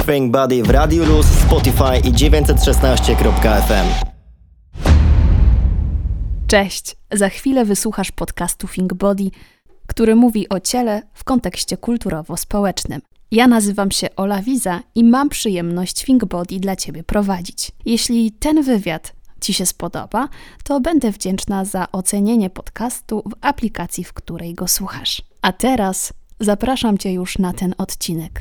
Think Body w Radiu Luz, Spotify i 916.fm. Cześć! Za chwilę wysłuchasz podcastu Think Body, który mówi o ciele w kontekście kulturowo-społecznym. Ja nazywam się Ola Wiza i mam przyjemność Think Body dla Ciebie prowadzić. Jeśli ten wywiad Ci się spodoba, to będę wdzięczna za ocenienie podcastu w aplikacji, w której go słuchasz. A teraz zapraszam Cię już na ten odcinek.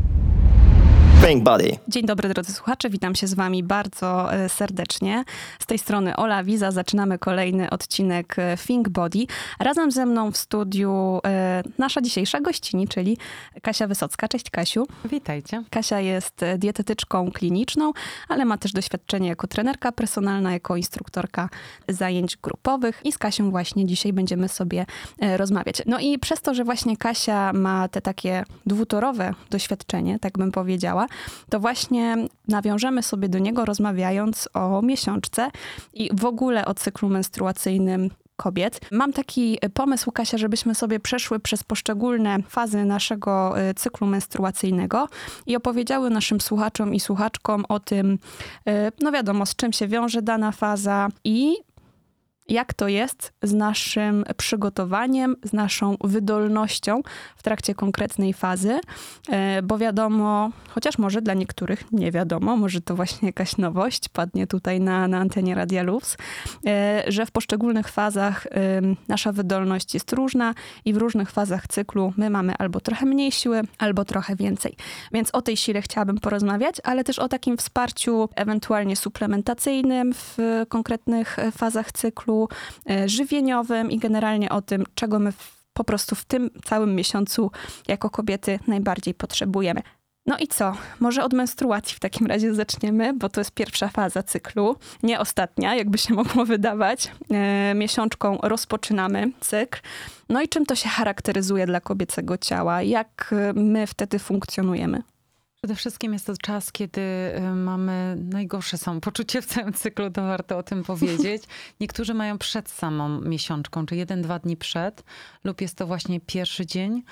Think Body. Dzień dobry drodzy słuchacze, witam się z Wami bardzo serdecznie. Z tej strony Ola Wiza, zaczynamy kolejny odcinek Think Body. Razem ze mną w studiu nasza dzisiejsza gościni, czyli Kasia Wysocka. Cześć Kasiu. Witajcie. Kasia jest dietetyczką kliniczną, ale ma też doświadczenie jako trenerka personalna, jako instruktorka zajęć grupowych i z Kasią właśnie dzisiaj będziemy sobie rozmawiać. No i przez to, że właśnie Kasia ma te takie dwutorowe doświadczenie, tak bym powiedziała, to właśnie nawiążemy sobie do niego rozmawiając o miesiączce i w ogóle o cyklu menstruacyjnym kobiet. Mam taki pomysł, Kasia, żebyśmy sobie przeszły przez poszczególne fazy naszego cyklu menstruacyjnego i opowiedziały naszym słuchaczom i słuchaczkom o tym, no wiadomo, z czym się wiąże dana faza i jak to jest z naszym przygotowaniem, z naszą wydolnością w trakcie konkretnej fazy, bo wiadomo, chociaż może dla niektórych nie wiadomo, może to właśnie jakaś nowość padnie tutaj na antenie Radia Luz, że w poszczególnych fazach nasza wydolność jest różna i w różnych fazach cyklu my mamy albo trochę mniej siły, albo trochę więcej. Więc o tej sile chciałabym porozmawiać, ale też o takim wsparciu ewentualnie suplementacyjnym w konkretnych fazach cyklu, żywieniowym i generalnie o tym, czego my po prostu w tym całym miesiącu jako kobiety najbardziej potrzebujemy. No i co? Może od menstruacji w takim razie zaczniemy, bo to jest pierwsza faza cyklu, nie ostatnia, jakby się mogło wydawać. Miesiączką rozpoczynamy cykl. No i czym to się charakteryzuje dla kobiecego ciała? Jak my wtedy funkcjonujemy? Przede wszystkim jest to czas, kiedy mamy najgorsze samopoczucie w całym cyklu, to warto o tym powiedzieć. Niektórzy mają przed samą miesiączką, czy 1-2 dni przed, lub jest to właśnie pierwszy dzień.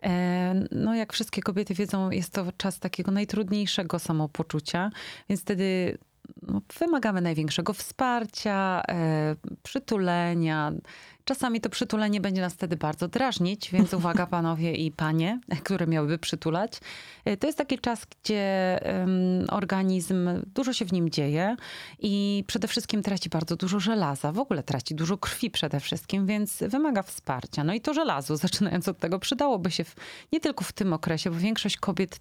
No jak wszystkie kobiety wiedzą, jest to czas takiego najtrudniejszego samopoczucia, więc wtedy wymagamy największego wsparcia, przytulenia. Czasami to przytulenie będzie nas wtedy bardzo drażnić, więc uwaga panowie i panie, które miałyby przytulać. To jest taki czas, gdzie organizm, dużo się w nim dzieje i przede wszystkim traci bardzo dużo żelaza. W ogóle traci dużo krwi przede wszystkim, więc wymaga wsparcia. No i to żelazo, zaczynając od tego, przydałoby się nie tylko w tym okresie, bo większość kobiet,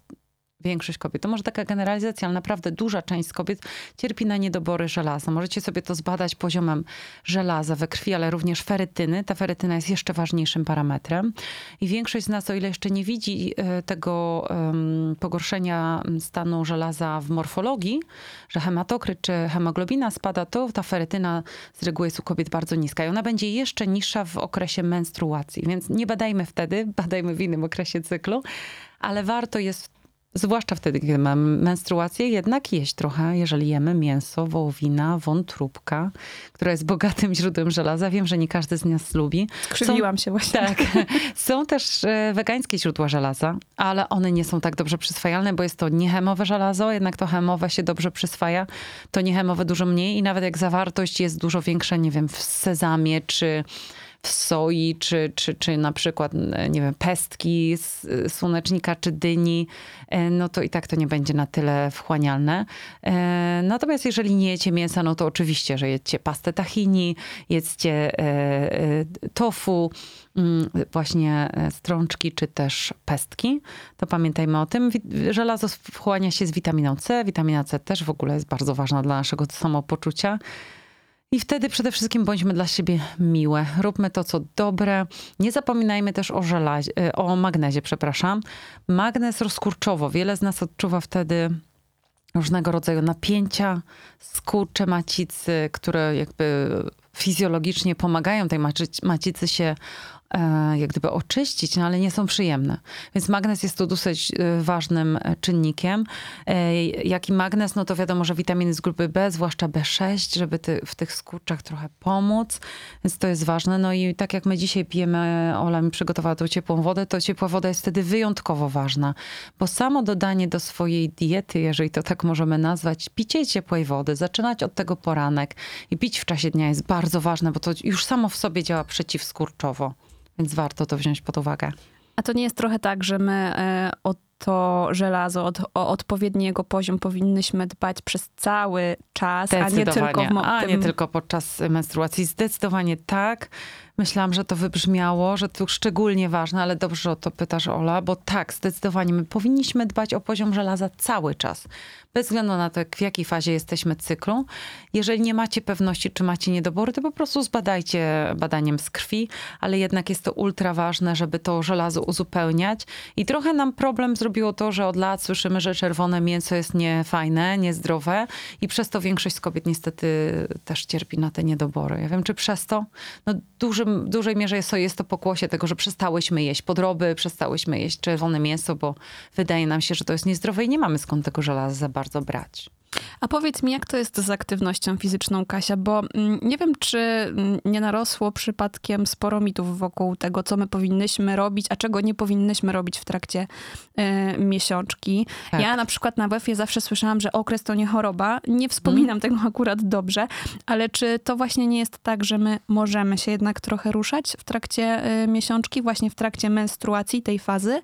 to może taka generalizacja, ale naprawdę duża część z kobiet cierpi na niedobory żelaza. Możecie sobie to zbadać poziomem żelaza we krwi, ale również ferytyny. Ta ferytyna jest jeszcze ważniejszym parametrem. I większość z nas, o ile jeszcze nie widzi tego pogorszenia stanu żelaza w morfologii, że hematokryt czy hemoglobina spada, to ta ferytyna z reguły jest u kobiet bardzo niska. I ona będzie jeszcze niższa w okresie menstruacji. Więc nie badajmy wtedy, badajmy w innym okresie cyklu, ale warto jest zwłaszcza wtedy, kiedy mamy menstruację, jednak jeść trochę, jeżeli jemy mięso, wołowina, wątróbka, która jest bogatym źródłem żelaza. Wiem, że nie każdy z nas lubi. Skrzywiłam się właśnie. Tak. Są też wegańskie źródła żelaza, ale one nie są tak dobrze przyswajalne, bo jest to niechemowe żelazo, jednak to chemowe się dobrze przyswaja, to niechemowe dużo mniej i nawet jak zawartość jest dużo większa, nie wiem, w sezamie czy w soi, czy na przykład, nie wiem, pestki z słonecznika, czy dyni, no to i tak to nie będzie na tyle wchłanialne. Natomiast jeżeli nie jecie mięsa, no to oczywiście, że jedzcie pastę tahini, jedzcie tofu, właśnie strączki, czy też pestki. To pamiętajmy o tym. Żelazo wchłania się z witaminą C. Witamina C też w ogóle jest bardzo ważna dla naszego samopoczucia. I wtedy przede wszystkim bądźmy dla siebie miłe. Róbmy to, co dobre. Nie zapominajmy też o magnezie, przepraszam. Magnez rozkurczowo. Wiele z nas odczuwa wtedy różnego rodzaju napięcia, skurcze macicy, które jakby fizjologicznie pomagają tej macicy się jak gdyby oczyścić, no ale nie są przyjemne. Więc magnez jest tu dosyć ważnym czynnikiem. Jak i magnez, no to wiadomo, że witaminy z grupy B, zwłaszcza B6, żeby w tych skurczach trochę pomóc. Więc to jest ważne. No i tak jak my dzisiaj pijemy, Ola mi przygotowała tą ciepłą wodę, to ciepła woda jest wtedy wyjątkowo ważna. Bo samo dodanie do swojej diety, jeżeli to tak możemy nazwać, picie ciepłej wody, zaczynać od tego poranek i pić w czasie dnia jest bardzo ważne, bo to już samo w sobie działa przeciwskurczowo. Więc warto to wziąć pod uwagę. A to nie jest trochę tak, że my o to żelazo, o odpowiedni jego poziom powinnyśmy dbać przez cały czas, a nie tylko nie tylko podczas menstruacji. Zdecydowanie tak. Myślałam, że to wybrzmiało, że to szczególnie ważne, ale dobrze, że o to pytasz, Ola, bo tak, zdecydowanie my powinniśmy dbać o poziom żelaza cały czas. Bez względu na to, w jakiej fazie jesteśmy cyklu. Jeżeli nie macie pewności, czy macie niedobory, to po prostu zbadajcie badaniem z krwi, ale jednak jest to ultra ważne, żeby to żelazo uzupełniać. I trochę nam problem zrobiło to, że od lat słyszymy, że czerwone mięso jest niefajne, niezdrowe i przez to większość z kobiet niestety też cierpi na te niedobory. Ja wiem, czy przez to? No w dużej mierze jest to pokłosie tego, że przestałyśmy jeść podroby, przestałyśmy jeść czerwone mięso, bo wydaje nam się, że to jest niezdrowe i nie mamy skąd tego żelaza za bardzo brać. A powiedz mi, jak to jest z aktywnością fizyczną, Kasia? Bo nie wiem, czy nie narosło przypadkiem sporo mitów wokół tego, co my powinnyśmy robić, a czego nie powinnyśmy robić w trakcie miesiączki. Tak. Ja na przykład na WF-ie zawsze słyszałam, że okres to nie choroba. Nie wspominam tego akurat dobrze, ale czy to właśnie nie jest tak, że my możemy się jednak trochę ruszać w trakcie miesiączki, właśnie w trakcie menstruacji, tej fazy?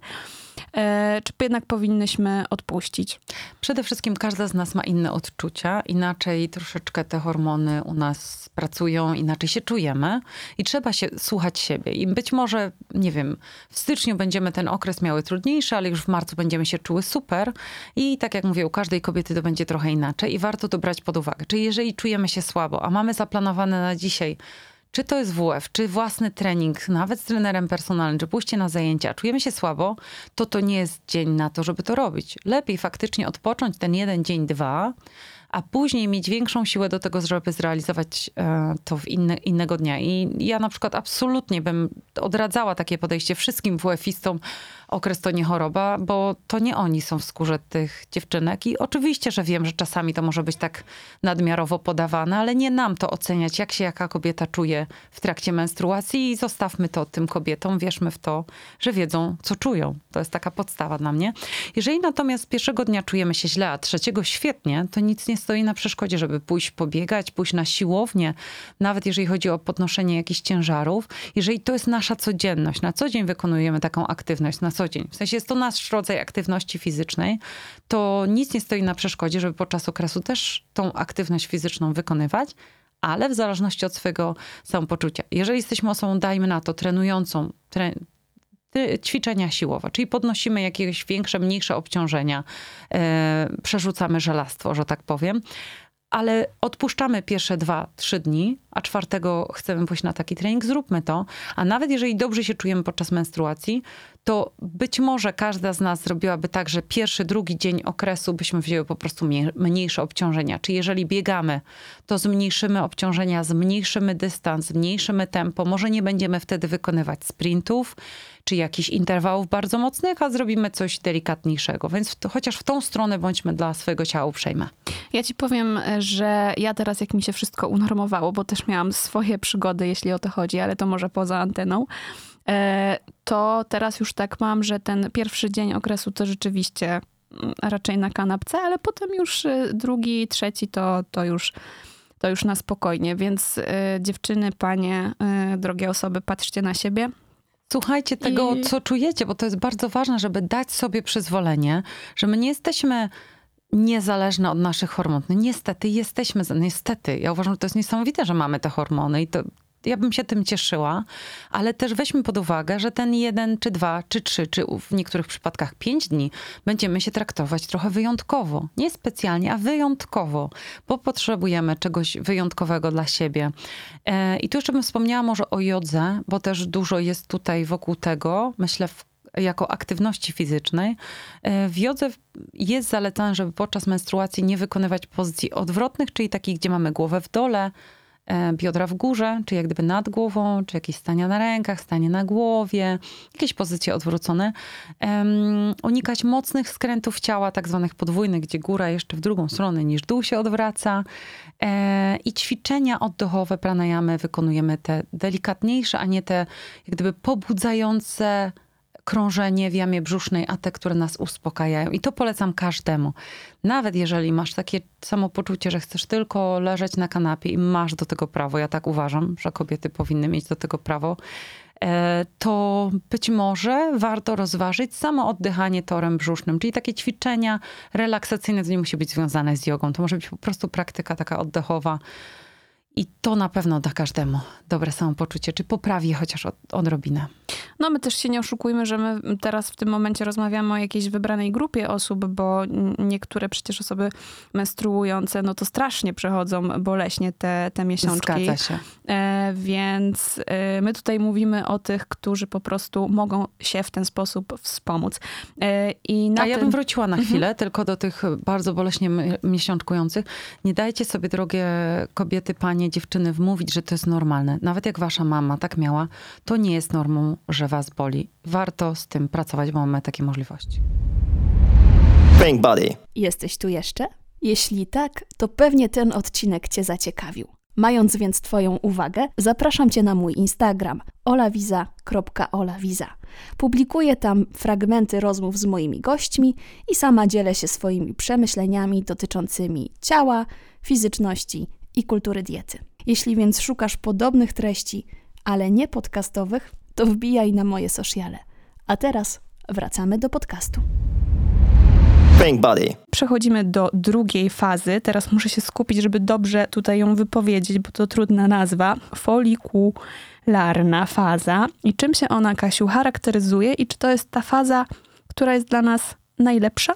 Czy jednak powinnyśmy odpuścić? Przede wszystkim każda z nas ma inne odczucia. Inaczej troszeczkę te hormony u nas pracują, inaczej się czujemy i trzeba się słuchać siebie. I być może, nie wiem, w styczniu będziemy ten okres miały trudniejszy, ale już w marcu będziemy się czuły super. I tak jak mówię, u każdej kobiety to będzie trochę inaczej i warto to brać pod uwagę. Czyli jeżeli czujemy się słabo, a mamy zaplanowane na dzisiaj, czy to jest WF, czy własny trening, nawet z trenerem personalnym, czy pójście na zajęcia, czujemy się słabo, to nie jest dzień na to, żeby to robić. Lepiej faktycznie odpocząć ten jeden dzień, dwa, a później mieć większą siłę do tego, żeby zrealizować to w innego dnia. I ja na przykład absolutnie bym odradzała takie podejście wszystkim WF-istom. Okres to nie choroba, bo to nie oni są w skórze tych dziewczynek. I oczywiście, że wiem, że czasami to może być tak nadmiarowo podawane, ale nie nam to oceniać, jak się jaka kobieta czuje w trakcie menstruacji i zostawmy to tym kobietom. Wierzmy w to, że wiedzą, co czują. To jest taka podstawa dla mnie. Jeżeli natomiast pierwszego dnia czujemy się źle, a trzeciego świetnie, to nic nie stoi na przeszkodzie, żeby pójść pobiegać, pójść na siłownię, nawet jeżeli chodzi o podnoszenie jakichś ciężarów. Jeżeli to jest nasza codzienność, na co dzień wykonujemy taką aktywność, na co dzień, w sensie jest to nasz rodzaj aktywności fizycznej, to nic nie stoi na przeszkodzie, żeby podczas okresu też tą aktywność fizyczną wykonywać, ale w zależności od swojego samopoczucia. Jeżeli jesteśmy osobą, dajmy na to, trenującą, ćwiczenia siłowe, czyli podnosimy jakieś większe, mniejsze obciążenia, przerzucamy żelastwo, że tak powiem, ale odpuszczamy pierwsze 2-3 dni, a 4 chcemy pójść na taki trening, zróbmy to. A nawet jeżeli dobrze się czujemy podczas menstruacji, to być może każda z nas zrobiłaby tak, że pierwszy, drugi dzień okresu byśmy wzięły po prostu mniejsze obciążenia. Czyli jeżeli biegamy, to zmniejszymy obciążenia, zmniejszymy dystans, zmniejszymy tempo. Może nie będziemy wtedy wykonywać sprintów, czy jakichś interwałów bardzo mocnych, a zrobimy coś delikatniejszego. Więc chociaż w tą stronę bądźmy dla swojego ciała uprzejme. Ja ci powiem, że ja teraz, jak mi się wszystko unormowało, bo też miałam swoje przygody, jeśli o to chodzi, ale to może poza anteną, to teraz już tak mam, że ten pierwszy dzień okresu to rzeczywiście raczej na kanapce, ale potem już drugi, trzeci to już na spokojnie. Więc dziewczyny, panie, drogie osoby, patrzcie na siebie. Słuchajcie tego, co czujecie, bo to jest bardzo ważne, żeby dać sobie przyzwolenie, że my nie jesteśmy niezależne od naszych hormonów. No niestety jesteśmy, niestety. Ja uważam, że to jest niesamowite, że mamy te hormony i to ja bym się tym cieszyła, ale też weźmy pod uwagę, że ten 1, czy 2, czy 3, czy w niektórych przypadkach 5 dni będziemy się traktować trochę wyjątkowo. Nie specjalnie, a wyjątkowo, bo potrzebujemy czegoś wyjątkowego dla siebie. I tu jeszcze bym wspomniała może o jodze, bo też dużo jest tutaj wokół tego, myślę, jako aktywności fizycznej. W jodze jest zalecane, żeby podczas menstruacji nie wykonywać pozycji odwrotnych, czyli takich, gdzie mamy głowę w dole, biodra w górze, czy jak gdyby nad głową, czy jakieś stania na rękach, stanie na głowie, jakieś pozycje odwrócone. Unikać mocnych skrętów ciała, tak zwanych podwójnych, gdzie góra jeszcze w drugą stronę niż dół się odwraca. I ćwiczenia oddechowe, pranayamy wykonujemy te delikatniejsze, a nie te jak gdyby pobudzające krążenie w jamie brzusznej, a te, które nas uspokajają. I to polecam każdemu. Nawet jeżeli masz takie samopoczucie, że chcesz tylko leżeć na kanapie i masz do tego prawo, ja tak uważam, że kobiety powinny mieć do tego prawo, to być może warto rozważyć samo oddychanie torem brzusznym, czyli takie ćwiczenia relaksacyjne, to nie musi być związane z jogą, to może być po prostu praktyka taka oddechowa. I to na pewno da każdemu dobre samopoczucie, czy poprawi je chociaż odrobinę. No my też się nie oszukujmy, że my teraz w tym momencie rozmawiamy o jakiejś wybranej grupie osób, bo niektóre przecież osoby menstruujące, no to strasznie przechodzą boleśnie te miesiączki. Zgadza się. Więc my tutaj mówimy o tych, którzy po prostu mogą się w ten sposób wspomóc. Ja bym wróciła na chwilę tylko do tych bardzo boleśnie miesiączkujących. Nie dajcie sobie, drogie kobiety, panie, dziewczyny, wmówić, że to jest normalne. Nawet jak wasza mama tak miała, to nie jest normą, że was boli. Warto z tym pracować, bo mamy takie możliwości. Pink Body. Jesteś tu jeszcze? Jeśli tak, to pewnie ten odcinek cię zaciekawił. Mając więc twoją uwagę, zapraszam cię na mój Instagram olawiza.olawiza. Publikuję tam fragmenty rozmów z moimi gośćmi i sama dzielę się swoimi przemyśleniami dotyczącymi ciała, fizyczności i kultury diety. Jeśli więc szukasz podobnych treści, ale nie podcastowych, to wbijaj na moje sociale. A teraz wracamy do podcastu. Pink Body. Przechodzimy do drugiej fazy. Teraz muszę się skupić, żeby dobrze tutaj ją wypowiedzieć, bo to trudna nazwa. Folikularna faza. I czym się ona, Kasiu, charakteryzuje i czy to jest ta faza, która jest dla nas najlepsza?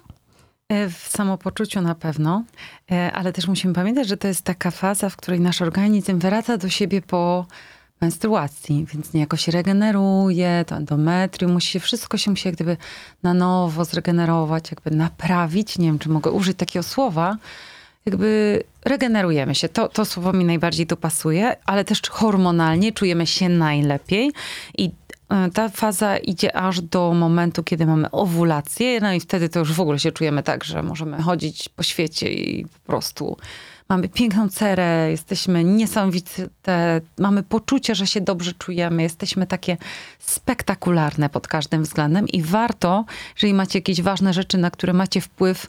W samopoczuciu na pewno, ale też musimy pamiętać, że to jest taka faza, w której nasz organizm wraca do siebie po menstruacji, więc niejako się regeneruje, to endometrium, wszystko się musi jak gdyby na nowo zregenerować, jakby naprawić, nie wiem, czy mogę użyć takiego słowa, jakby regenerujemy się. To słowo mi najbardziej tu pasuje, ale też hormonalnie czujemy się najlepiej i ta faza idzie aż do momentu, kiedy mamy owulację, no i wtedy to już w ogóle się czujemy tak, że możemy chodzić po świecie i po prostu mamy piękną cerę, jesteśmy niesamowite, mamy poczucie, że się dobrze czujemy, jesteśmy takie spektakularne pod każdym względem i warto, jeżeli macie jakieś ważne rzeczy, na które macie wpływ,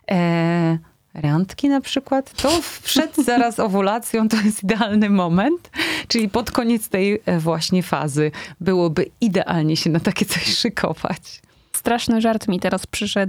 randki na przykład, to przed zaraz owulacją to jest idealny moment, czyli pod koniec tej właśnie fazy byłoby idealnie się na takie coś szykować. Straszny żart mi teraz przyszedł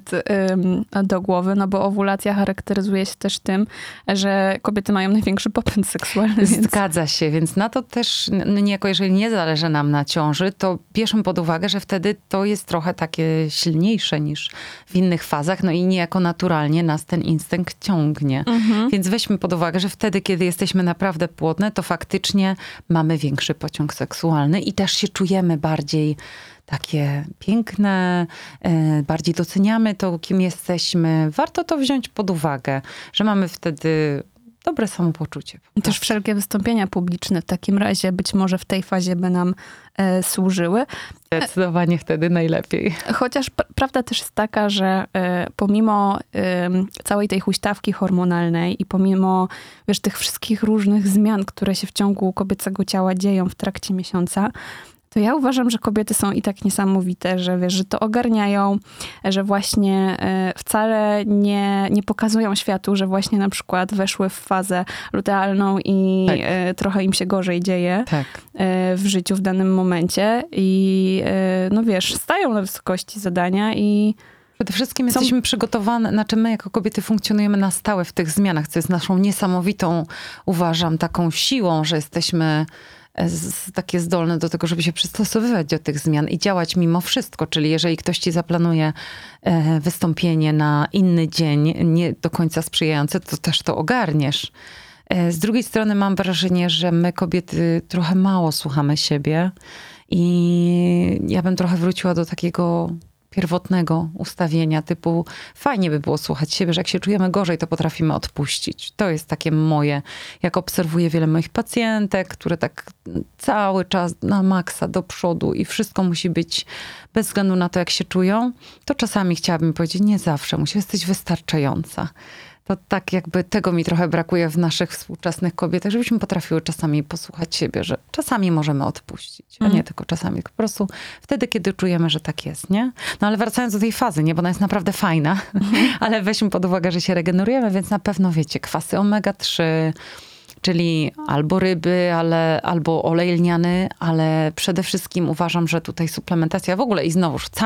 do głowy, no bo owulacja charakteryzuje się też tym, że kobiety mają największy popęd seksualny. Więc... Zgadza się, więc na to też niejako, jeżeli nie zależy nam na ciąży, to bierzmy pod uwagę, że wtedy to jest trochę takie silniejsze niż w innych fazach, no i niejako naturalnie nas ten instynkt ciągnie. Więc weźmy pod uwagę, że wtedy, kiedy jesteśmy naprawdę płodne, to faktycznie mamy większy pociąg seksualny i też się czujemy bardziej takie piękne, bardziej doceniamy to, kim jesteśmy. Warto to wziąć pod uwagę, że mamy wtedy dobre samopoczucie. Też wszelkie wystąpienia publiczne w takim razie być może w tej fazie by nam służyły. Zdecydowanie wtedy najlepiej. Chociaż prawda też jest taka, że pomimo całej tej huśtawki hormonalnej i pomimo, wiesz, tych wszystkich różnych zmian, które się w ciągu kobiecego ciała dzieją w trakcie miesiąca, to ja uważam, że kobiety są i tak niesamowite, że wiesz, że to ogarniają, że właśnie wcale nie pokazują światu, że właśnie na przykład weszły w fazę lutealną i trochę im się gorzej dzieje w życiu w danym momencie i no wiesz, stają na wysokości zadania i przede wszystkim jesteśmy przygotowane, znaczy my jako kobiety funkcjonujemy na stałe w tych zmianach, co jest naszą niesamowitą, uważam, taką siłą, że jesteśmy takie zdolne do tego, żeby się przystosowywać do tych zmian i działać mimo wszystko. Czyli jeżeli ktoś ci zaplanuje wystąpienie na inny dzień, nie do końca sprzyjające, to też to ogarniesz. Z drugiej strony mam wrażenie, że my kobiety trochę mało słuchamy siebie i ja bym trochę wróciła do takiego pierwotnego ustawienia typu fajnie by było słuchać siebie, że jak się czujemy gorzej, to potrafimy odpuścić. To jest takie moje, jak obserwuję wiele moich pacjentek, które tak cały czas na maksa do przodu i wszystko musi być bez względu na to, jak się czują, to czasami chciałabym powiedzieć, nie zawsze, musisz jesteś wystarczająca. To tak jakby tego mi trochę brakuje w naszych współczesnych kobietach, żebyśmy potrafiły czasami posłuchać siebie, że czasami możemy odpuścić, a nie tylko czasami, tylko po prostu wtedy, kiedy czujemy, że tak jest, nie? No ale wracając do tej fazy, nie? Bo ona jest naprawdę fajna, ale weźmy pod uwagę, że się regenerujemy, więc na pewno wiecie, kwasy omega-3, czyli albo ryby, albo olej lniany, ale przede wszystkim uważam, że tutaj suplementacja w ogóle i znowuż w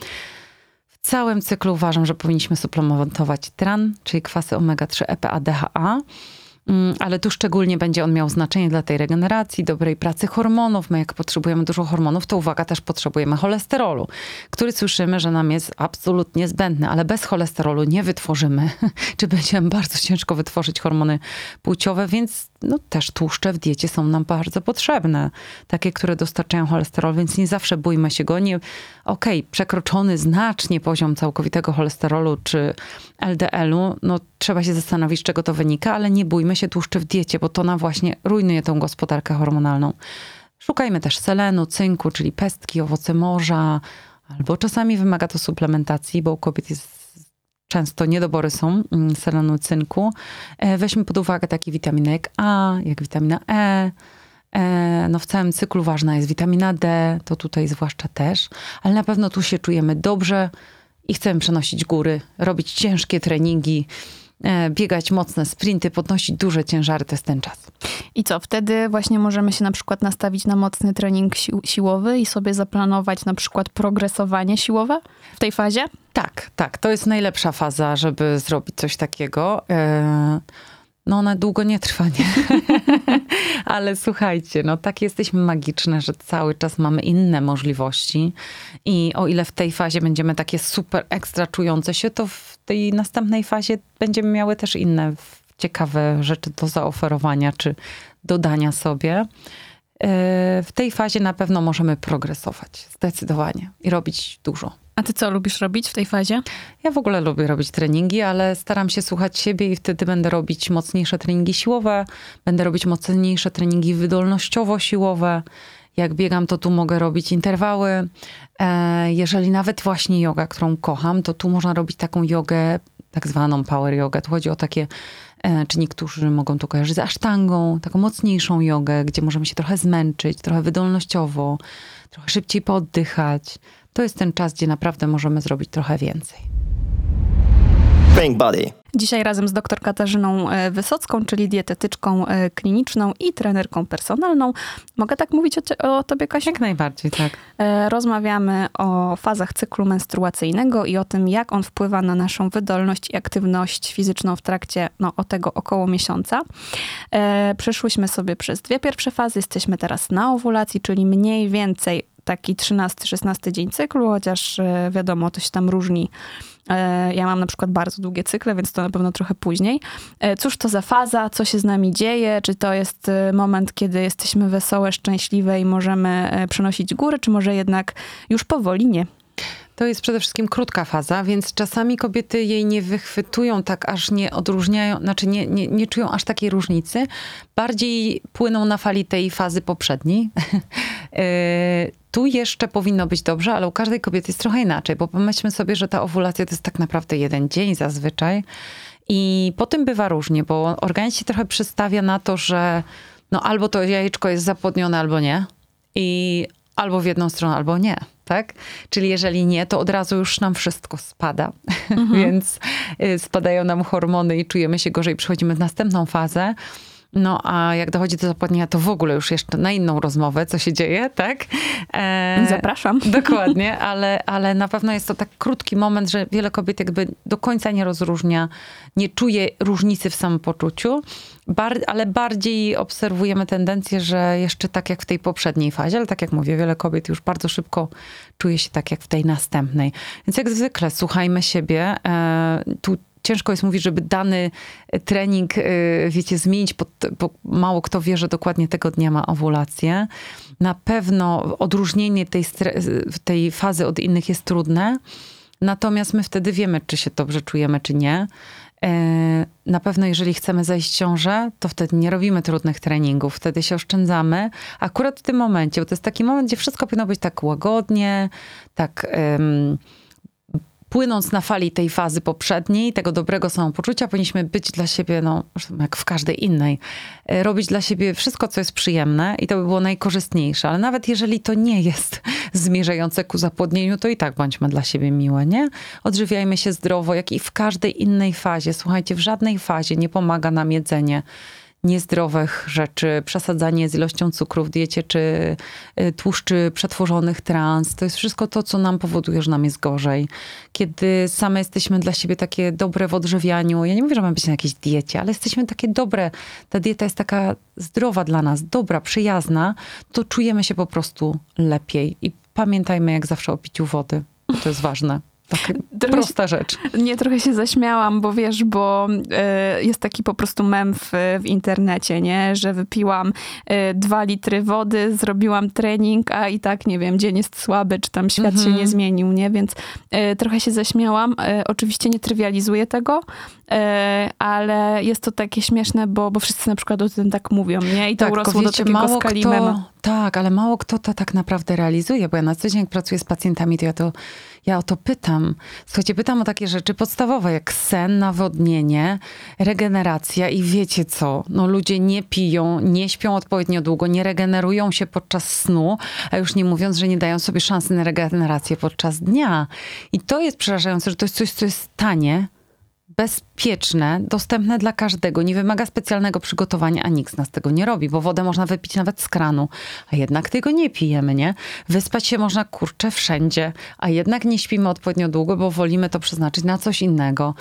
całym cyklu uważam, że powinniśmy suplementować tran, czyli kwasy omega-3, EPA, DHA, ale tu szczególnie będzie on miał znaczenie dla tej regeneracji, dobrej pracy hormonów. My jak potrzebujemy dużo hormonów, to uwaga, też potrzebujemy cholesterolu, który słyszymy, że nam jest absolutnie zbędny, ale bez cholesterolu nie wytworzymy, czy będzie nam bardzo ciężko wytworzyć hormony płciowe, więc no, też tłuszcze w diecie są nam bardzo potrzebne. Takie, które dostarczają cholesterol, więc nie zawsze bójmy się go. Przekroczony znacznie poziom całkowitego cholesterolu czy LDL-u, no trzeba się zastanowić, z czego to wynika, ale nie bójmy się tłuszczy w diecie, bo to nam właśnie rujnuje tą gospodarkę hormonalną. Szukajmy też selenu, cynku, czyli pestki, owoce morza, albo czasami wymaga to suplementacji, bo u kobiet często niedobory są selenu, cynku. Weźmy pod uwagę takie witaminy jak A, jak witamina E. No w całym cyklu ważna jest witamina D, to tutaj zwłaszcza też, ale na pewno tu się czujemy dobrze i chcemy przenosić góry, robić ciężkie treningi, biegać mocne sprinty, podnosić duże ciężary, to jest ten czas. I co, wtedy właśnie możemy się na przykład nastawić na mocny trening siłowy i sobie zaplanować na przykład progresowanie siłowe w tej fazie? Tak, to jest najlepsza faza, żeby zrobić coś takiego. No ona długo nie trwa, nie? Ale słuchajcie, no tak jesteśmy magiczne, że cały czas mamy inne możliwości i o ile w tej fazie będziemy takie super ekstra czujące się, to w tej następnej fazie będziemy miały też inne ciekawe rzeczy do zaoferowania czy dodania sobie. W tej fazie na pewno możemy progresować, zdecydowanie i robić dużo. A ty co lubisz robić w tej fazie? Ja w ogóle lubię robić treningi, ale staram się słuchać siebie i wtedy będę robić mocniejsze treningi siłowe, będę robić mocniejsze treningi wydolnościowo-siłowe. Jak biegam, to tu mogę robić interwały. Jeżeli nawet właśnie joga, którą kocham, to tu można robić taką jogę, tak zwaną power jogę. Tu chodzi o takie, czy niektórzy mogą to kojarzyć z asztangą, taką mocniejszą jogę, gdzie możemy się trochę zmęczyć, trochę wydolnościowo, trochę szybciej pooddychać. To jest ten czas, gdzie naprawdę możemy zrobić trochę więcej. Pink Body. Dzisiaj razem z dr Katarzyną Wysocką, czyli dietetyczką kliniczną i trenerką personalną. Mogę tak mówić o tobie, Kasiu? Jak najbardziej, tak. Rozmawiamy o fazach cyklu menstruacyjnego i o tym, jak on wpływa na naszą wydolność i aktywność fizyczną w trakcie o tego około miesiąca. Przeszłyśmy sobie przez 2 pierwsze fazy, jesteśmy teraz na owulacji, czyli mniej więcej taki 13-16 dzień cyklu, chociaż wiadomo, to się tam różni. Ja mam na przykład bardzo długie cykle, więc to na pewno trochę później. Cóż to za faza? Co się z nami dzieje? Czy to jest moment, kiedy jesteśmy wesołe, szczęśliwe i możemy przenosić góry, czy może jednak już powoli nie? To jest przede wszystkim krótka faza, więc czasami kobiety jej nie wychwytują, tak aż nie odróżniają, znaczy nie czują aż takiej różnicy. Bardziej płyną na fali tej fazy poprzedniej. Tu jeszcze powinno być dobrze, ale u każdej kobiety jest trochę inaczej, bo pomyślmy sobie, że ta owulacja to jest tak naprawdę 1 dzień zazwyczaj. I po tym bywa różnie, bo organizm się trochę przystawia na to, że albo to jajeczko jest zapłodnione, albo nie. I albo w jedną stronę, albo nie. Tak? Czyli jeżeli nie, to od razu już nam wszystko spada. Więc spadają nam hormony i czujemy się gorzej. Przechodzimy w następną fazę. No a jak dochodzi do zapłodnienia, to w ogóle już jeszcze na inną rozmowę, co się dzieje, tak? Zapraszam. Dokładnie, ale na pewno jest to tak krótki moment, że wiele kobiet jakby do końca nie rozróżnia, nie czuje różnicy w samopoczuciu, ale bardziej obserwujemy tendencję, że jeszcze tak jak w tej poprzedniej fazie, ale tak jak mówię, wiele kobiet już bardzo szybko czuje się tak jak w tej następnej. Więc jak zwykle słuchajmy siebie, tu ciężko jest mówić, żeby dany trening, wiecie, zmienić, bo mało kto wie, że dokładnie tego dnia ma owulację. Na pewno odróżnienie tej fazy od innych jest trudne, natomiast my wtedy wiemy, czy się dobrze czujemy, czy nie. Na pewno jeżeli chcemy zajść w ciążę, to wtedy nie robimy trudnych treningów, wtedy się oszczędzamy. Akurat w tym momencie, bo to jest taki moment, gdzie wszystko powinno być tak łagodnie, tak płynąc na fali tej fazy poprzedniej, tego dobrego samopoczucia, powinniśmy być dla siebie, no jak w każdej innej, robić dla siebie wszystko, co jest przyjemne i to by było najkorzystniejsze. Ale nawet jeżeli to nie jest zmierzające ku zapłodnieniu, to i tak bądźmy dla siebie miłe, nie? Odżywiajmy się zdrowo, jak i w każdej innej fazie. Słuchajcie, w żadnej fazie nie pomaga nam jedzenie niezdrowych rzeczy, przesadzanie z ilością cukru w diecie, czy tłuszczy przetworzonych trans. To jest wszystko to, co nam powoduje, że nam jest gorzej. Kiedy same jesteśmy dla siebie takie dobre w odżywianiu, ja nie mówię, że mamy być na jakiejś diecie, ale jesteśmy takie dobre, ta dieta jest taka zdrowa dla nas, dobra, przyjazna, to czujemy się po prostu lepiej. I pamiętajmy jak zawsze o piciu wody, bo to jest ważne. Taka prosta rzecz. Nie, trochę się zaśmiałam, bo wiesz, bo jest taki po prostu mem w internecie, nie? Że wypiłam 2 litry wody, zrobiłam trening, a i tak, nie wiem, dzień jest słaby, czy tam świat się nie zmienił, nie? Więc trochę się zaśmiałam. Oczywiście nie trywializuję tego, ale jest to takie śmieszne, bo wszyscy na przykład o tym tak mówią, nie? I to tak, urosło wiecie, do takiego skali mema. Tak, ale mało kto to tak naprawdę realizuje, bo ja na co dzień jak pracuję z pacjentami, to ja o to pytam. Słuchajcie, pytam o takie rzeczy podstawowe, jak sen, nawodnienie, regeneracja i wiecie co? No ludzie nie piją, nie śpią odpowiednio długo, nie regenerują się podczas snu, a już nie mówiąc, że nie dają sobie szansy na regenerację podczas dnia. I to jest przerażające, że to jest coś, co jest tanie, bezpieczne, dostępne dla każdego, nie wymaga specjalnego przygotowania, a nikt z nas tego nie robi, bo wodę można wypić nawet z kranu, a jednak tego nie pijemy, nie? Wyspać się można, kurczę, wszędzie, a jednak nie śpimy odpowiednio długo, bo wolimy to przeznaczyć na coś innego.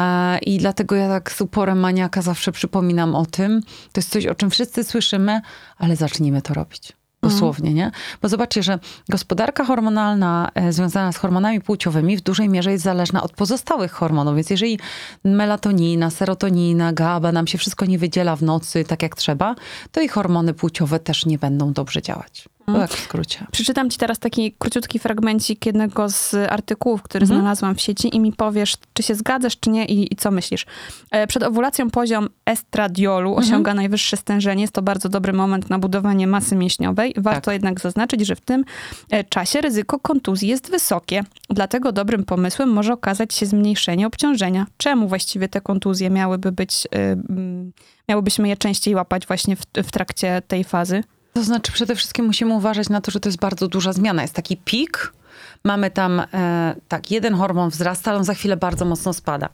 I dlatego ja tak z uporem maniaka zawsze przypominam o tym. To jest coś, o czym wszyscy słyszymy, ale zacznijmy to robić. Dosłownie, nie? Bo zobaczcie, że gospodarka hormonalna związana z hormonami płciowymi w dużej mierze jest zależna od pozostałych hormonów. Więc jeżeli melatonina, serotonina, GABA nam się wszystko nie wydziela w nocy tak jak trzeba, to i hormony płciowe też nie będą dobrze działać. To tak w skrócie. Przeczytam ci teraz taki króciutki fragmencik jednego z artykułów, który znalazłam w sieci i mi powiesz, czy się zgadzasz, czy nie i co myślisz. Przed owulacją poziom estradiolu osiąga najwyższe stężenie. Jest to bardzo dobry moment na budowanie masy mięśniowej. Warto jednak zaznaczyć, że w tym czasie ryzyko kontuzji jest wysokie. Dlatego dobrym pomysłem może okazać się zmniejszenie obciążenia. Czemu właściwie te kontuzje miałybyśmy je częściej łapać właśnie w trakcie tej fazy? To znaczy przede wszystkim musimy uważać na to, że to jest bardzo duża zmiana. Jest taki pik, mamy tam jeden hormon wzrasta, ale on za chwilę bardzo mocno spada.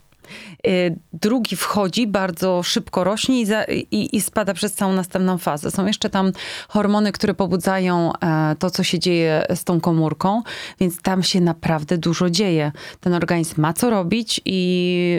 Drugi wchodzi, bardzo szybko rośnie i spada przez całą następną fazę. Są jeszcze tam hormony, które pobudzają to, co się dzieje z tą komórką, więc tam się naprawdę dużo dzieje. Ten organizm ma co robić i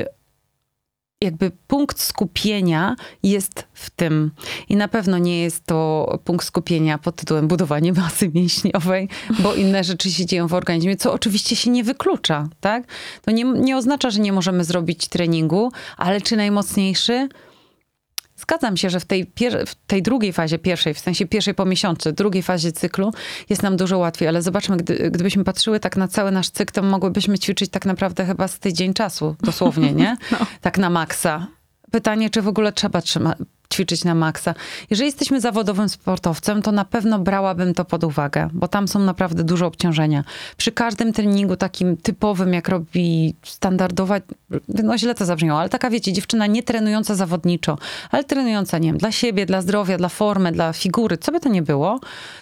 jakby punkt skupienia jest w tym. I na pewno nie jest to punkt skupienia pod tytułem budowanie masy mięśniowej, bo inne rzeczy się dzieją w organizmie, co oczywiście się nie wyklucza, tak? To nie oznacza, że nie możemy zrobić treningu, ale czy najmocniejszy? Zgadzam się, że w tej drugiej fazie, w sensie pierwszej po miesiącu, drugiej fazie cyklu jest nam dużo łatwiej, ale zobaczmy, gdybyśmy patrzyły tak na cały nasz cykl, to mogłybyśmy ćwiczyć tak naprawdę chyba z tydzień czasu, dosłownie, nie? No. Tak na maksa. Pytanie, czy w ogóle trzeba ćwiczyć na maksa. Jeżeli jesteśmy zawodowym sportowcem, to na pewno brałabym to pod uwagę, bo tam są naprawdę duże obciążenia. Przy każdym treningu takim typowym, jak robi standardowa, no źle to zabrzmiało, ale taka wiecie, dziewczyna nie trenująca zawodniczo, ale trenująca, nie wiem, dla siebie, dla zdrowia, dla formy, dla figury, co by to nie było,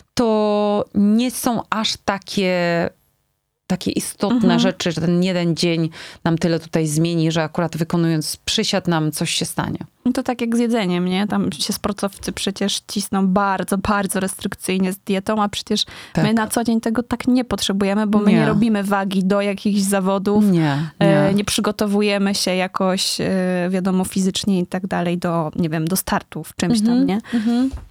to nie są aż takie istotne rzeczy, że ten jeden dzień nam tyle tutaj zmieni, że akurat wykonując przysiad nam coś się stanie. To tak jak z jedzeniem, nie? Tam się sportowcy przecież cisną bardzo, bardzo restrykcyjnie z dietą, a przecież my na co dzień tego tak nie potrzebujemy, bo my nie robimy wagi do jakichś zawodów. Nie przygotowujemy się jakoś, wiadomo, fizycznie i tak dalej do, nie wiem, do startu w czymś tam, nie?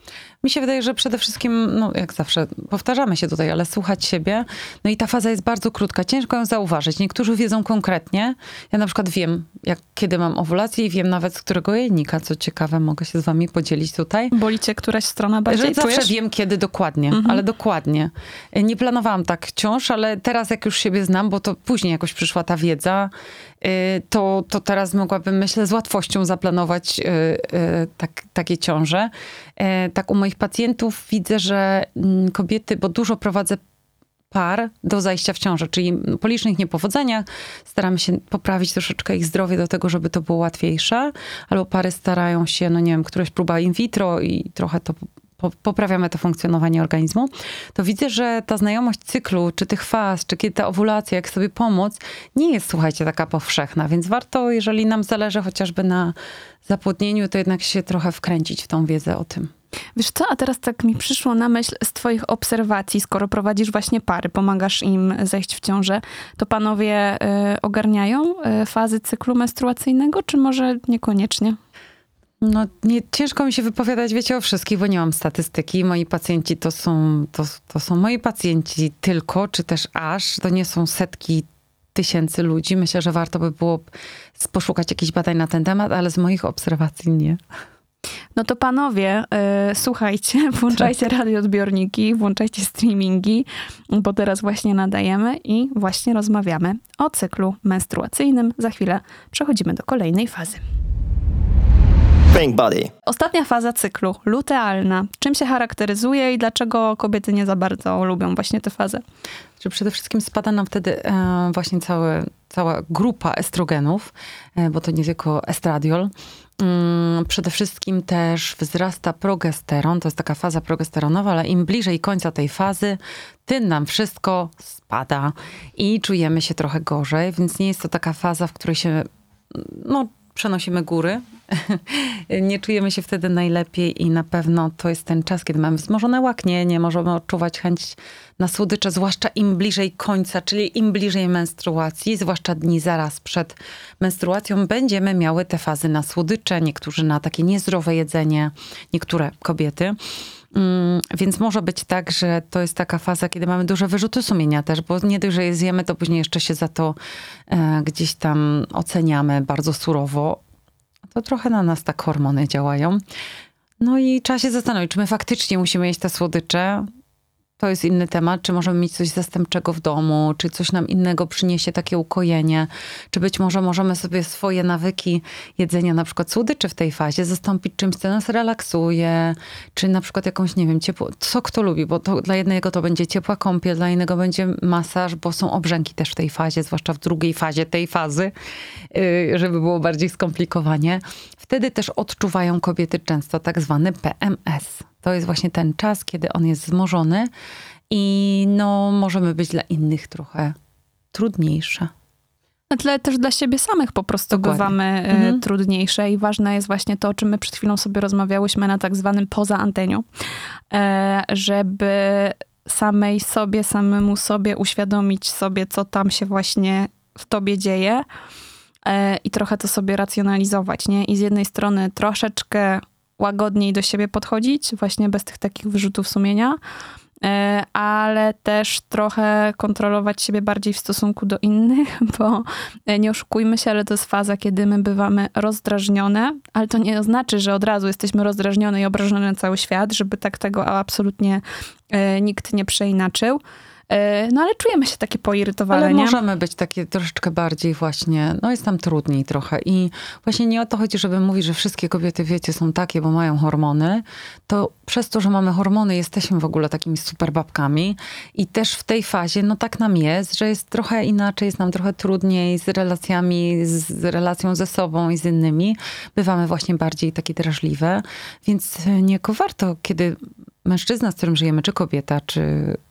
Mi się wydaje, że przede wszystkim, no jak zawsze, powtarzamy się tutaj, ale słuchać siebie. No i ta faza jest bardzo krótka. Ciężko ją zauważyć. Niektórzy wiedzą konkretnie. Ja na przykład wiem, kiedy mam owulację i wiem nawet, z którego jajnika. Co ciekawe, mogę się z wami podzielić tutaj. Boli cię któraś strona bardziej? Że zawsze czujesz? wiem, kiedy dokładnie, ale dokładnie. Nie planowałam tak ciąż, ale teraz jak już siebie znam, bo to później jakoś przyszła ta wiedza, to teraz mogłabym, myślę, z łatwością zaplanować takie ciąże. Tak u moich pacjentów widzę, że kobiety, bo dużo prowadzę par do zajścia w ciążę, czyli po licznych niepowodzeniach staramy się poprawić troszeczkę ich zdrowie do tego, żeby to było łatwiejsze, albo pary starają się, no nie wiem, któraś próba in vitro i trochę to poprawiamy to funkcjonowanie organizmu, to widzę, że ta znajomość cyklu, czy tych faz, czy kiedy ta owulacja, jak sobie pomóc, nie jest, słuchajcie, taka powszechna, więc warto, jeżeli nam zależy chociażby na zapłodnieniu, to jednak się trochę wkręcić w tą wiedzę o tym. Wiesz co, a teraz tak mi przyszło na myśl z twoich obserwacji, skoro prowadzisz właśnie pary, pomagasz im zejść w ciążę, to panowie ogarniają fazy cyklu menstruacyjnego, czy może niekoniecznie? No, ciężko mi się wypowiadać, wiecie, o wszystkich, bo nie mam statystyki. Moi pacjenci to są moi pacjenci tylko, czy też aż. To nie są setki tysięcy ludzi. Myślę, że warto by było poszukać jakichś badań na ten temat, ale z moich obserwacji nie. No to panowie, słuchajcie, włączajcie radioodbiorniki, włączajcie streamingi, bo teraz właśnie nadajemy i właśnie rozmawiamy o cyklu menstruacyjnym. Za chwilę przechodzimy do kolejnej fazy. Pink Body. Ostatnia faza cyklu, lutealna. Czym się charakteryzuje i dlaczego kobiety nie za bardzo lubią właśnie tę fazę? Że przede wszystkim spada nam wtedy właśnie cała grupa estrogenów, bo to nie tylko estradiol. Przede wszystkim też wzrasta progesteron, to jest taka faza progesteronowa, ale im bliżej końca tej fazy, tym nam wszystko spada i czujemy się trochę gorzej, więc nie jest to taka faza, w której się przenosimy góry. Nie czujemy się wtedy najlepiej i na pewno to jest ten czas, kiedy mamy wzmożone łaknienie, możemy odczuwać chęć na słodycze, zwłaszcza im bliżej końca, czyli im bliżej menstruacji, zwłaszcza dni zaraz przed menstruacją, będziemy miały te fazy na słodycze, niektórzy na takie niezdrowe jedzenie, niektóre kobiety. Więc może być tak, że to jest taka faza, kiedy mamy duże wyrzuty sumienia też, bo nie dość, że je zjemy, to później jeszcze się za to gdzieś tam oceniamy bardzo surowo. To trochę na nas tak hormony działają. No i trzeba się zastanowić, czy my faktycznie musimy jeść te słodycze. To jest inny temat. Czy możemy mieć coś zastępczego w domu, czy coś nam innego przyniesie takie ukojenie, czy być może możemy sobie swoje nawyki jedzenia, na przykład słodyczy w tej fazie, zastąpić czymś, co nas relaksuje, czy na przykład jakąś, nie wiem, co kto lubi, bo to dla jednego to będzie ciepła kąpiel, dla innego będzie masaż, bo są obrzęki też w tej fazie, zwłaszcza w drugiej fazie tej fazy, żeby było bardziej skomplikowanie. Wtedy też odczuwają kobiety często tak zwany PMS. To jest właśnie ten czas, kiedy on jest wzmożony i możemy być dla innych trochę trudniejsze. Na tle też dla siebie samych po prostu bywamy trudniejsze i ważne jest właśnie to, o czym my przed chwilą sobie rozmawiałyśmy na tak zwanym poza anteniu, żeby samemu sobie uświadomić sobie, co tam się właśnie w tobie dzieje i trochę to sobie racjonalizować, nie? I z jednej strony troszeczkę łagodniej do siebie podchodzić, właśnie bez tych takich wyrzutów sumienia, ale też trochę kontrolować siebie bardziej w stosunku do innych, bo nie oszukujmy się, ale to jest faza, kiedy my bywamy rozdrażnione, ale to nie znaczy, że od razu jesteśmy rozdrażnione i obrażone na cały świat, żeby tak tego absolutnie nikt nie przeinaczył. No ale czujemy się takie poirytowane, ale nie? możemy być takie troszeczkę bardziej właśnie, jest nam trudniej trochę i właśnie nie o to chodzi, żeby mówić, że wszystkie kobiety, wiecie, są takie, bo mają hormony, to przez to, że mamy hormony, jesteśmy w ogóle takimi super babkami i też w tej fazie, tak nam jest, że jest trochę inaczej, jest nam trochę trudniej z relacjami, z relacją ze sobą i z innymi. Bywamy właśnie bardziej takie drażliwe, więc niejako warto, kiedy mężczyzna, z którym żyjemy, czy kobieta, czy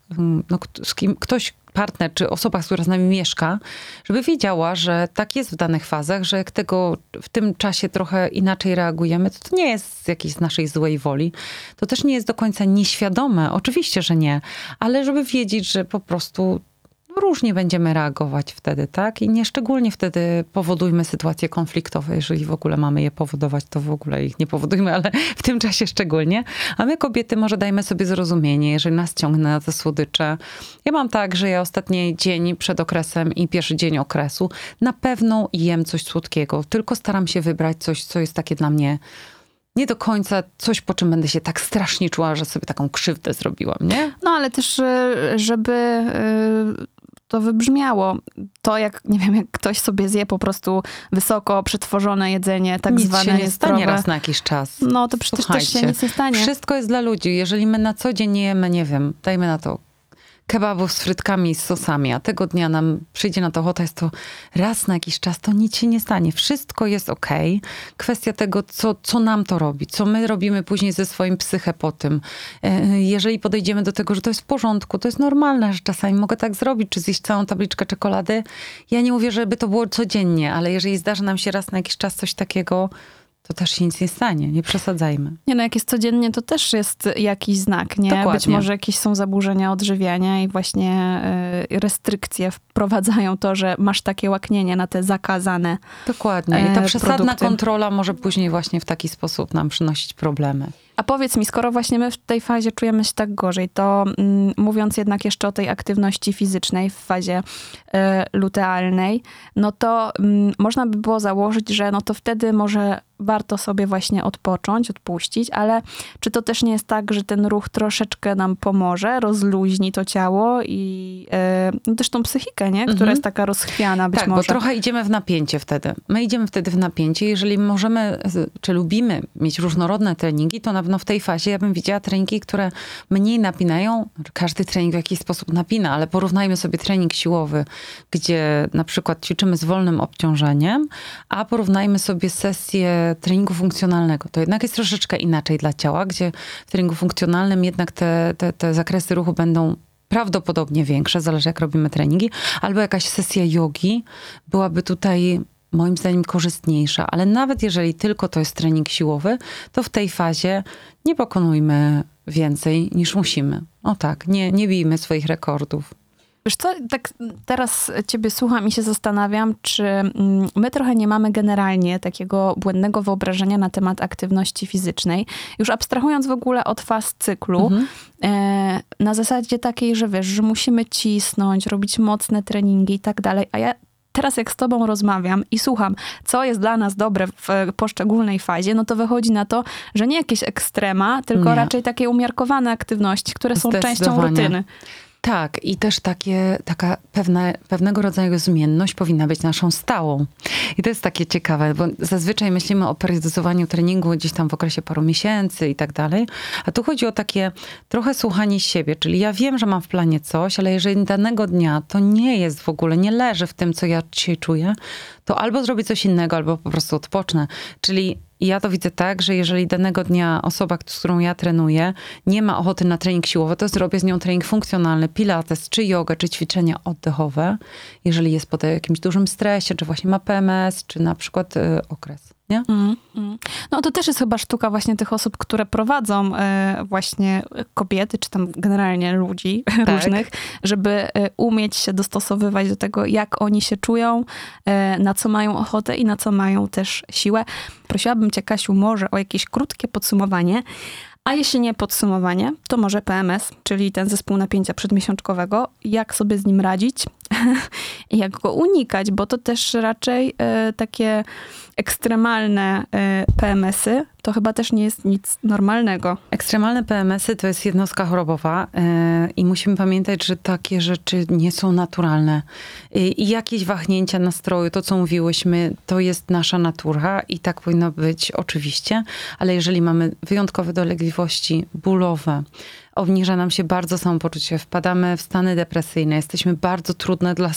z kim ktoś, partner, czy osoba, która z nami mieszka, żeby wiedziała, że tak jest w danych fazach, że jak w tym czasie trochę inaczej reagujemy, to nie jest z jakiejś naszej złej woli. To też nie jest do końca nieświadome. Oczywiście, że nie. Ale żeby wiedzieć, że po prostu różnie będziemy reagować wtedy, tak? I nie szczególnie wtedy powodujmy sytuacje konfliktowe. Jeżeli w ogóle mamy je powodować, to w ogóle ich nie powodujmy, ale w tym czasie szczególnie. A my kobiety może dajmy sobie zrozumienie, jeżeli nas ciągnie na te słodycze. Ja mam tak, że ja ostatni dzień przed okresem i pierwszy dzień okresu na pewno jem coś słodkiego. Tylko staram się wybrać coś, co jest takie dla mnie nie do końca coś, po czym będę się tak strasznie czuła, że sobie taką krzywdę zrobiłam, nie? No ale też, żeby to wybrzmiało, to jak, nie wiem, jak ktoś sobie zje po prostu wysoko przetworzone jedzenie, tak Nic zwane się nie niezdrowe, stanie raz na jakiś czas. no to przecież też się nic nie stanie. Wszystko jest dla ludzi. Jeżeli my na co dzień nie jemy, nie wiem, dajmy na to kebabów z frytkami i z sosami, a tego dnia nam przyjdzie na to ochota, jest to raz na jakiś czas, to nic się nie stanie. Wszystko jest okej. Kwestia tego, co nam to robi, co my robimy później ze swoim psyche po tym. Jeżeli podejdziemy do tego, że to jest w porządku, to jest normalne, że czasami mogę tak zrobić, czy zjeść całą tabliczkę czekolady. Ja nie mówię, żeby to było codziennie, ale jeżeli zdarzy nam się raz na jakiś czas coś takiego, to też się nic nie stanie, nie przesadzajmy. Nie no, jak jest codziennie, to też jest jakiś znak, nie? Dokładnie. Być może jakieś są zaburzenia odżywiania i właśnie restrykcje wprowadzają to, że masz takie łaknienie na te zakazane Dokładnie. I ta przesadna produkty. kontrola może później właśnie w taki sposób nam przynosić problemy. A powiedz mi, skoro właśnie my w tej fazie czujemy się tak gorzej, to mówiąc jednak jeszcze o tej aktywności fizycznej w fazie lutealnej, no to można by było założyć, że no to wtedy może warto sobie właśnie odpocząć, odpuścić, ale czy to też nie jest tak, że ten ruch troszeczkę nam pomoże, rozluźni to ciało i no też tą psychikę, nie? Która jest taka rozchwiana być tak, może. bo trochę idziemy w napięcie wtedy. My idziemy wtedy w napięcie. Jeżeli możemy, czy lubimy mieć różnorodne treningi, to na pewno w tej fazie ja bym widziała treningi, które mniej napinają. Każdy trening w jakiś sposób napina, ale porównajmy sobie trening siłowy, gdzie na przykład ćwiczymy z wolnym obciążeniem, a porównajmy sobie sesję treningu funkcjonalnego. To jednak jest troszeczkę inaczej dla ciała, gdzie w treningu funkcjonalnym jednak te zakresy ruchu będą prawdopodobnie większe, zależy jak robimy treningi, albo jakaś sesja jogi byłaby tutaj moim zdaniem korzystniejsza, ale nawet jeżeli tylko to jest trening siłowy, to w tej fazie nie pokonujmy więcej niż musimy. O tak, nie bijmy swoich rekordów. Wiesz co, tak teraz ciebie słucham i się zastanawiam, czy my trochę nie mamy generalnie takiego błędnego wyobrażenia na temat aktywności fizycznej. Już abstrahując w ogóle od faz cyklu, na zasadzie takiej, że wiesz, że musimy cisnąć, robić mocne treningi i tak dalej, a ja teraz jak z tobą rozmawiam i słucham, co jest dla nas dobre w poszczególnej fazie, no to wychodzi na to, że nie jakieś ekstrema, tylko raczej takie umiarkowane aktywności, które są częścią rutyny. Tak, i też taka pewnego rodzaju zmienność powinna być naszą stałą. I to jest takie ciekawe, bo zazwyczaj myślimy o periodyzowaniu treningu gdzieś tam w okresie paru miesięcy i tak dalej. A tu chodzi o takie trochę słuchanie siebie, czyli ja wiem, że mam w planie coś, ale jeżeli danego dnia to nie jest w ogóle, nie leży w tym, co ja dzisiaj czuję, to albo zrobię coś innego, albo po prostu odpocznę. Czyli ja to widzę tak, że jeżeli danego dnia osoba, z którą ja trenuję, nie ma ochoty na trening siłowy, to zrobię z nią trening funkcjonalny, pilates, czy jogę, czy ćwiczenia oddechowe. Jeżeli jest pod jakimś dużym stresie, czy właśnie ma PMS, czy na przykład okres. Nie? No to też jest chyba sztuka właśnie tych osób, które prowadzą właśnie kobiety, czy tam generalnie ludzi różnych, żeby umieć się dostosowywać do tego, jak oni się czują, na co mają ochotę i na co mają też siłę. Prosiłabym cię, Kasiu, może o jakieś krótkie podsumowanie. A jeśli nie podsumowanie, to może PMS, czyli ten zespół napięcia przedmiesiączkowego. Jak sobie z nim radzić i jak go unikać, bo to też raczej takie ekstremalne PMS-y to chyba też nie jest nic normalnego. Ekstremalne PMS-y to jest jednostka chorobowa i musimy pamiętać, że takie rzeczy nie są naturalne. I jakieś wahnięcia nastroju, to co mówiłyśmy, to jest nasza natura i tak powinno być oczywiście, ale jeżeli mamy wyjątkowe dolegliwości bólowe, obniża nam się bardzo samopoczucie, wpadamy w stany depresyjne, jesteśmy bardzo trudne dla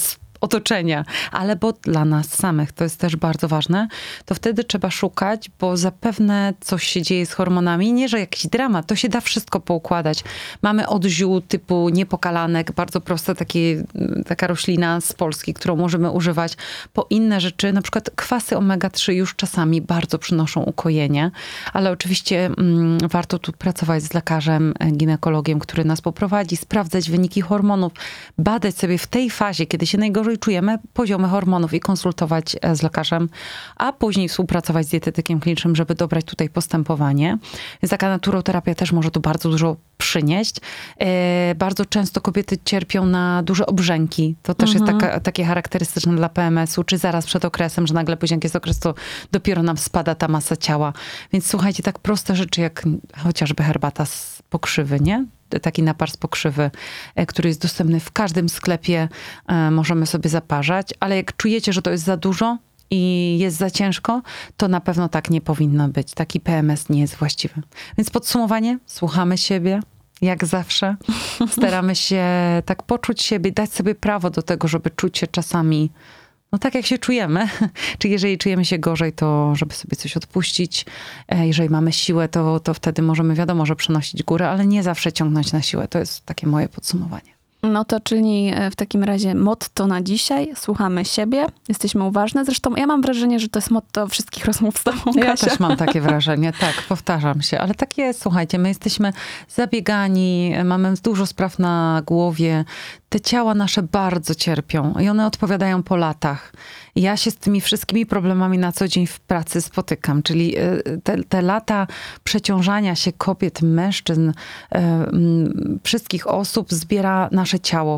otoczenia, ale bo dla nas samych, to jest też bardzo ważne, to wtedy trzeba szukać, bo zapewne coś się dzieje z hormonami. Nie, że jakiś dramat, to się da wszystko poukładać. Mamy od ziół typu niepokalanek, bardzo prosta taka roślina z Polski, którą możemy używać, po inne rzeczy, na przykład kwasy omega-3 już czasami bardzo przynoszą ukojenie, ale oczywiście warto tu pracować z lekarzem, ginekologiem, który nas poprowadzi, sprawdzać wyniki hormonów, badać sobie w tej fazie, kiedy się najgorzej czujemy, poziomy hormonów i konsultować z lekarzem, a później współpracować z dietetykiem klinicznym, żeby dobrać tutaj postępowanie. Więc taka naturoterapia też może tu bardzo dużo przynieść. Bardzo często kobiety cierpią na duże obrzęki. To też jest takie charakterystyczne dla PMS-u, czy zaraz przed okresem, że nagle później jak jest okres, to dopiero nam spada ta masa ciała. Więc słuchajcie, tak proste rzeczy jak chociażby herbata z pokrzywy, nie? Taki napar z pokrzywy, który jest dostępny w każdym sklepie, możemy sobie zaparzać, ale jak czujecie, że to jest za dużo i jest za ciężko, to na pewno tak nie powinno być. Taki PMS nie jest właściwy. Więc podsumowanie, słuchamy siebie, jak zawsze. Staramy się tak poczuć siebie, dać sobie prawo do tego, żeby czuć się czasami tak jak się czujemy. Czy jeżeli czujemy się gorzej, to żeby sobie coś odpuścić. Jeżeli mamy siłę, to wtedy możemy, wiadomo, że przenosić górę, ale nie zawsze ciągnąć na siłę. To jest takie moje podsumowanie. No to czyli w takim razie motto na dzisiaj. Słuchamy siebie, jesteśmy uważne. Zresztą ja mam wrażenie, że to jest motto wszystkich rozmów z tobą, Kasia. Ja też mam takie wrażenie, tak, powtarzam się. Ale tak jest, słuchajcie, my jesteśmy zabiegani, mamy dużo spraw na głowie. Te ciała nasze bardzo cierpią i one odpowiadają po latach. Ja się z tymi wszystkimi problemami na co dzień w pracy spotykam, czyli te lata przeciążania się kobiet, mężczyzn, wszystkich osób zbiera nasze ciało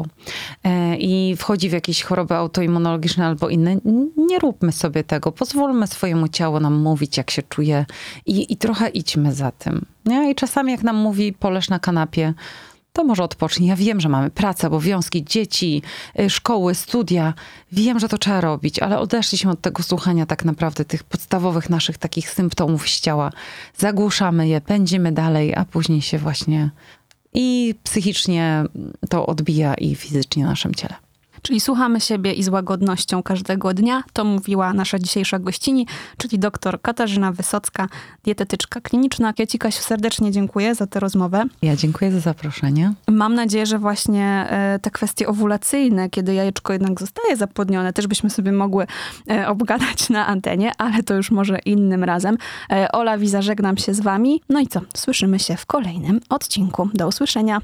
i wchodzi w jakieś choroby autoimmunologiczne albo inne. Nie róbmy sobie tego, pozwólmy swojemu ciału nam mówić, jak się czuje i trochę idźmy za tym. Nie? I czasami jak nam mówi, poleż na kanapie, to może odpocznij. Ja wiem, że mamy pracę, obowiązki, dzieci, szkoły, studia. Wiem, że to trzeba robić, ale odeszliśmy od tego słuchania tak naprawdę tych podstawowych naszych takich symptomów z ciała. Zagłuszamy je, pędzimy dalej, a później się właśnie i psychicznie to odbija i fizycznie na naszym ciele. Czyli słuchamy siebie i z łagodnością każdego dnia. To mówiła nasza dzisiejsza gościni, czyli dr Katarzyna Wysocka, dietetyczka kliniczna. Ja ci, Kasiu, serdecznie dziękuję za tę rozmowę. Ja dziękuję za zaproszenie. Mam nadzieję, że właśnie te kwestie owulacyjne, kiedy jajeczko jednak zostaje zapłodnione, też byśmy sobie mogły obgadać na antenie, ale to już może innym razem. Ola Wiza, żegnam się z wami. No i co? Słyszymy się w kolejnym odcinku. Do usłyszenia.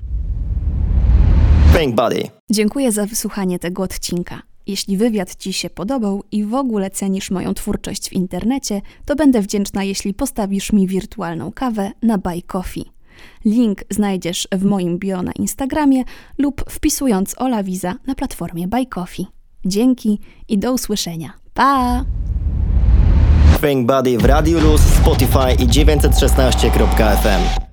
Pink Body. Dziękuję za wysłuchanie tego odcinka. Jeśli wywiad ci się podobał i w ogóle cenisz moją twórczość w internecie, to będę wdzięczna, jeśli postawisz mi wirtualną kawę na Buy Coffee. Link znajdziesz w moim bio na Instagramie lub wpisując Ola Wiza na platformie Buy Coffee. Dzięki i do usłyszenia. Pa! Pink Body w Radiu Luz, Spotify i 916.fm.